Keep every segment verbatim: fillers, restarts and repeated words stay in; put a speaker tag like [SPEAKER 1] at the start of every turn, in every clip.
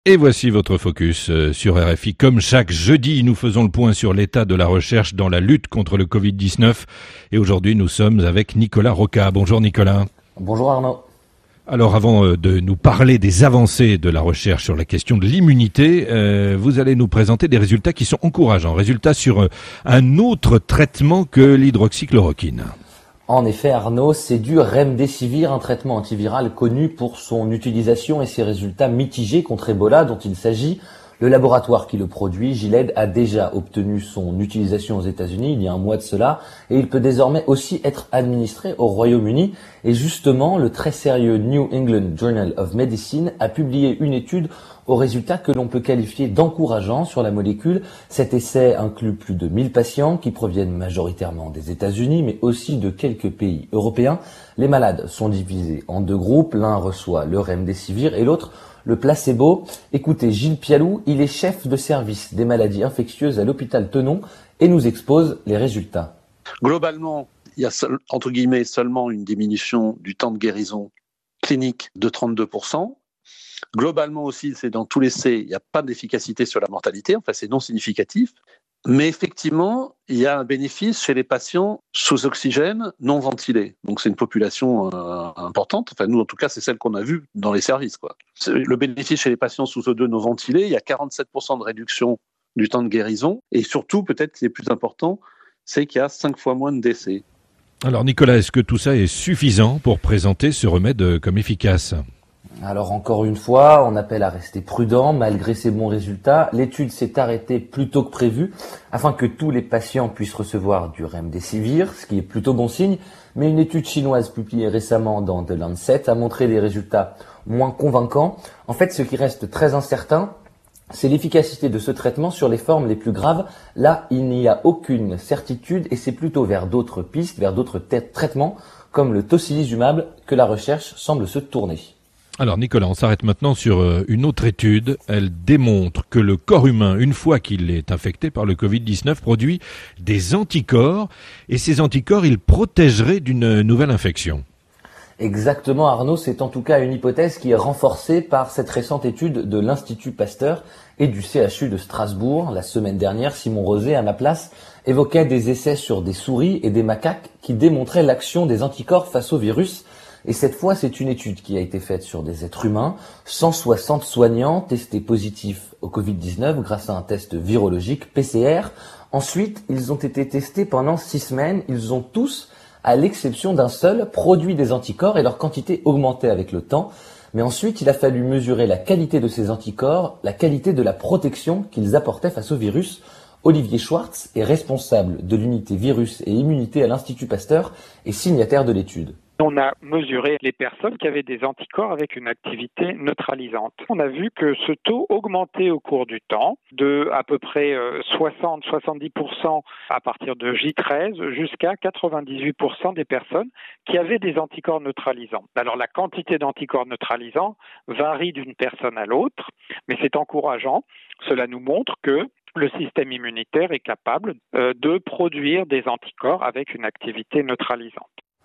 [SPEAKER 1] Et voici votre focus sur R F I. Comme chaque jeudi, nous faisons le point sur l'état de la recherche dans la lutte contre le covid dix-neuf. Et aujourd'hui, nous sommes avec Nicolas Rocca. Bonjour Nicolas.
[SPEAKER 2] Bonjour Arnaud.
[SPEAKER 1] Alors avant de nous parler des avancées de la recherche sur la question de l'immunité, euh, vous allez nous présenter des résultats qui sont encourageants. Résultats sur un autre traitement que l'hydroxychloroquine.
[SPEAKER 2] En effet, Arnaud, c'est du Remdesivir, un traitement antiviral connu pour son utilisation et ses résultats mitigés contre Ebola dont il s'agit. Le laboratoire qui le produit, Gilead, a déjà obtenu son utilisation aux États-Unis il y a un mois de cela et il peut désormais aussi être administré au Royaume-Uni. Et justement, le très sérieux New England Journal of Medicine a publié une étude aux résultats que l'on peut qualifier d'encourageants sur la molécule. Cet essai inclut plus de mille patients qui proviennent majoritairement des États-Unis mais aussi de quelques pays européens. Les malades sont divisés en deux groupes, l'un reçoit le Remdesivir et l'autre le placebo. Écoutez Gilles Pialou, il est chef de service des maladies infectieuses à l'hôpital Tenon et nous expose les résultats.
[SPEAKER 3] Globalement, il y a seul, entre guillemets seulement une diminution du temps de guérison clinique de trente-deux pour cent. Globalement aussi, c'est dans tous les essais, il n'y a pas d'efficacité sur la mortalité, enfin c'est non significatif. Mais effectivement, il y a un bénéfice chez les patients sous oxygène non ventilés. Donc c'est une population euh, importante. Enfin nous, en tout cas, c'est celle qu'on a vue dans les services, quoi. Le bénéfice chez les patients sous O deux non ventilés, il y a quarante-sept pour cent de réduction du temps de guérison. Et surtout, peut-être ce qui est plus important, c'est qu'il y a cinq fois moins de décès.
[SPEAKER 1] Alors Nicolas, est-ce que tout ça est suffisant pour présenter ce remède comme efficace ?
[SPEAKER 2] Alors encore une fois, on appelle à rester prudent malgré ces bons résultats. L'étude s'est arrêtée plus tôt que prévu afin que tous les patients puissent recevoir du Remdesivir, ce qui est plutôt bon signe. Mais une étude chinoise publiée récemment dans The Lancet a montré des résultats moins convaincants. En fait, ce qui reste très incertain, c'est l'efficacité de ce traitement sur les formes les plus graves. Là, il n'y a aucune certitude et c'est plutôt vers d'autres pistes, vers d'autres t- traitements comme le tocilizumab que la recherche semble se tourner.
[SPEAKER 1] Alors Nicolas, on s'arrête maintenant sur une autre étude. Elle démontre que le corps humain, une fois qu'il est infecté par le covid dix-neuf, produit des anticorps. Et ces anticorps, ils protégeraient d'une nouvelle infection.
[SPEAKER 2] Exactement Arnaud, c'est en tout cas une hypothèse qui est renforcée par cette récente étude de l'Institut Pasteur et du C H U de Strasbourg. La semaine dernière, Simon Rosé, à ma place, évoquait des essais sur des souris et des macaques qui démontraient l'action des anticorps face au virus. Et cette fois, c'est une étude qui a été faite sur des êtres humains, cent soixante soignants testés positifs au covid dix-neuf grâce à un test virologique P C R. Ensuite, ils ont été testés pendant six semaines. Ils ont tous, à l'exception d'un seul, produit des anticorps et leur quantité augmentait avec le temps. Mais ensuite, il a fallu mesurer la qualité de ces anticorps, la qualité de la protection qu'ils apportaient face au virus. Olivier Schwartz est responsable de l'unité virus et immunité à l'Institut Pasteur et signataire de l'étude.
[SPEAKER 4] On a mesuré les personnes qui avaient des anticorps avec une activité neutralisante. On a vu que ce taux augmentait au cours du temps, de à peu près soixante à soixante-dix pour cent à partir de J treize jusqu'à quatre-vingt-dix-huit pour cent des personnes qui avaient des anticorps neutralisants. Alors la quantité d'anticorps neutralisants varie d'une personne à l'autre, mais c'est encourageant. Cela nous montre que le système immunitaire est capable de produire des anticorps avec une activité neutralisante.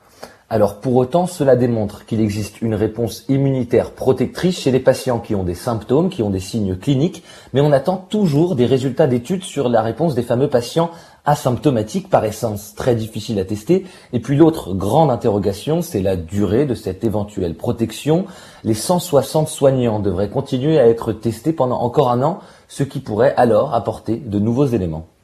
[SPEAKER 2] Alors pour autant, cela démontre qu'il existe une réponse immunitaire protectrice chez les patients qui ont des symptômes, qui ont des signes cliniques, mais on attend toujours des résultats d'études sur la réponse des fameux patients asymptomatiques par essence, très difficile à tester. Et puis l'autre grande interrogation, c'est la durée de cette éventuelle protection. Les cent soixante soignants devraient continuer à être testés pendant encore un an, ce qui pourrait alors apporter de nouveaux éléments.